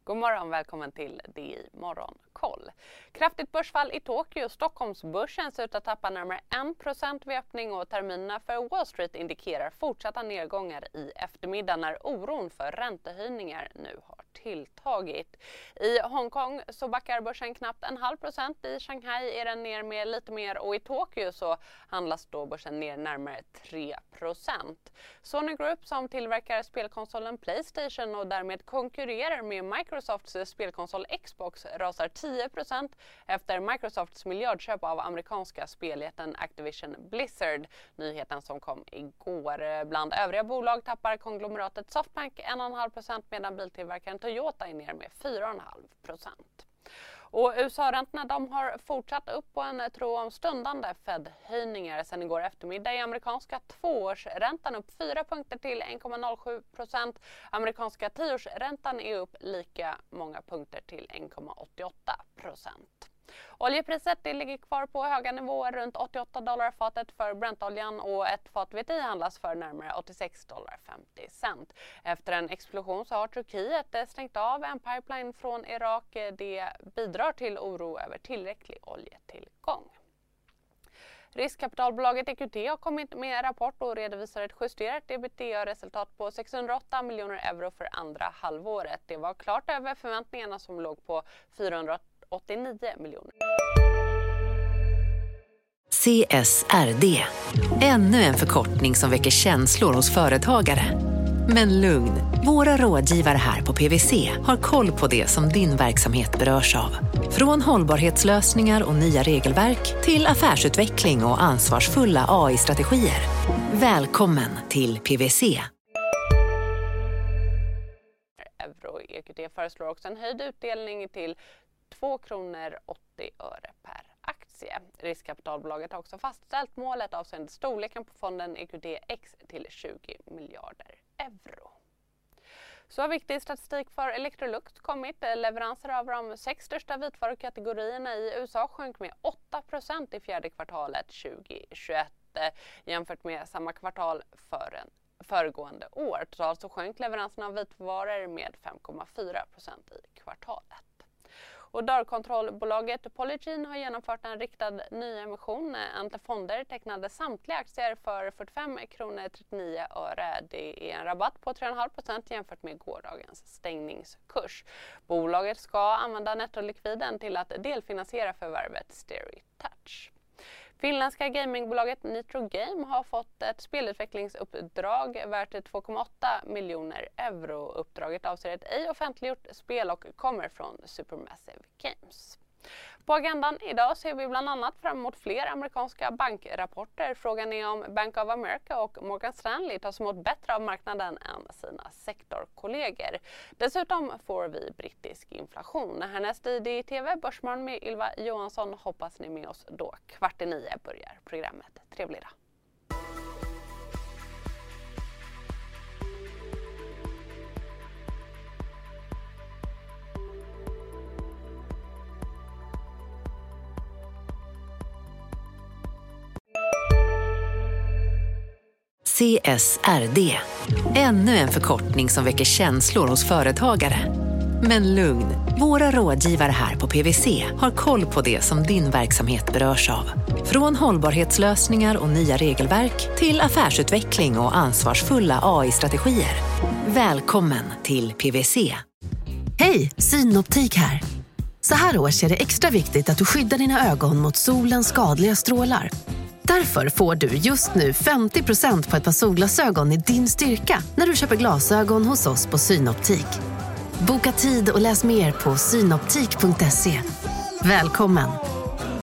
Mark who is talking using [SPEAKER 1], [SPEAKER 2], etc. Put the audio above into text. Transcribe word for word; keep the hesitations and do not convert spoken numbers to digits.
[SPEAKER 1] God morgon, välkommen till D I Morgonkoll. Kraftigt börsfall i Tokyo. Stockholmsbörsen ser ut att tappa närmare en procent vid öppning och terminerna för Wall Street indikerar fortsatta nedgångar i eftermiddag när oron för räntehöjningar nu har tilltagit. I Hongkong så backar börsen knappt en halv procent. I Shanghai är den ner med lite mer och i Tokyo så handlas då börsen ner närmare tre procent. Sony Group som tillverkar spelkonsolen PlayStation och därmed konkurrerar med Microsofts spelkonsol Xbox rasar tio procent efter Microsofts miljardköp av amerikanska speljätten Activision Blizzard. Nyheten som kom igår. Bland övriga bolag tappar konglomeratet Softbank en komma fem procent medan biltillverkaren Toyota är ner med fyra komma fem procent. Och U S A-räntorna de har fortsatt upp på en tro om stundande Fed-höjningar. Sen igår eftermiddag är amerikanska tvåårsräntan upp fyra punkter till en komma noll sju procent. Amerikanska tioårsräntan är upp lika många punkter till en komma åttioåtta procent. Oljepriset det ligger kvar på höga nivåer runt åttioåtta dollar fatet för Brentoljan och ett fat V T I handlas för närmare åttiosex dollar femtio cent. Efter en explosion så har Turkiet stängt av en pipeline från Irak. Det bidrar till oro över tillräcklig oljetillgång. Riskkapitalbolaget E Q T har kommit med rapport och redovisar ett justerat ebitda-resultat på sexhundraåtta miljoner euro för andra halvåret. Det var klart över förväntningarna som låg på fyrahundraåttionio miljoner.
[SPEAKER 2] C S R D. Ännu en förkortning som väcker känslor hos företagare. Men lugn, våra rådgivare här på P W C har koll på det som din verksamhet berörs av. Från hållbarhetslösningar och nya regelverk till affärsutveckling och ansvarsfulla A I-strategier. Välkommen till P W C.
[SPEAKER 1] Euro E Q T föreslår också en höjd utdelning till två kronor åttio öre per aktie. Riskkapitalbolaget har också fastställt målet avseende storleken på fonden E Q T X till tjugo miljarder euro. Så har viktig statistik för Electrolux kommit. Leveranser av de sex största vitvarukategorierna i U S A sjönk med åtta procent i fjärde kvartalet tjugohundratjugoett jämfört med samma kvartal för en föregående år. Totalt så sjönk leveranserna av vitvaror med fem komma fyra procent i kvartalet. Och dörrkontrollbolaget Polygiene har genomfört en riktad nyemission. Ante Fonder tecknade samtliga aktier för fyrtiofem kronor trettionio öre. Det är en rabatt på tre komma fem procent jämfört med gårdagens stängningskurs. Bolaget ska använda nettolikviden till att delfinansiera förvärvet SteriTouch. Finländska gamingbolaget Nitro Game har fått ett spelutvecklingsuppdrag värt två komma åtta miljoner euro. Uppdraget avser ett ej offentliggjort spel och kommer från Supermassive Games. På agendan idag ser vi bland annat fram emot fler amerikanska bankrapporter. Frågan är om Bank of America och Morgan Stanley tas emot bättre av marknaden än sina sektorkollegor. Dessutom får vi brittisk inflation. Härnäst i D I T V Börsmorgon med Ylva Johansson. Hoppas ni med oss då. Kvart i nio börjar programmet. Trevlig dag.
[SPEAKER 2] C S R D. Ännu en förkortning som väcker känslor hos företagare. Men lugn, våra rådgivare här på P W C har koll på det som din verksamhet berörs av. Från hållbarhetslösningar och nya regelverk till affärsutveckling och ansvarsfulla A I-strategier. Välkommen till P W C.
[SPEAKER 3] Hej, Synoptik här. Så här års är det extra viktigt att du skyddar dina ögon mot solens skadliga strålar. Därför får du just nu femtio procent på ett par solglasögon i din styrka när du köper glasögon hos oss på Synoptik. Boka tid och läs mer på synoptik punkt se. Välkommen!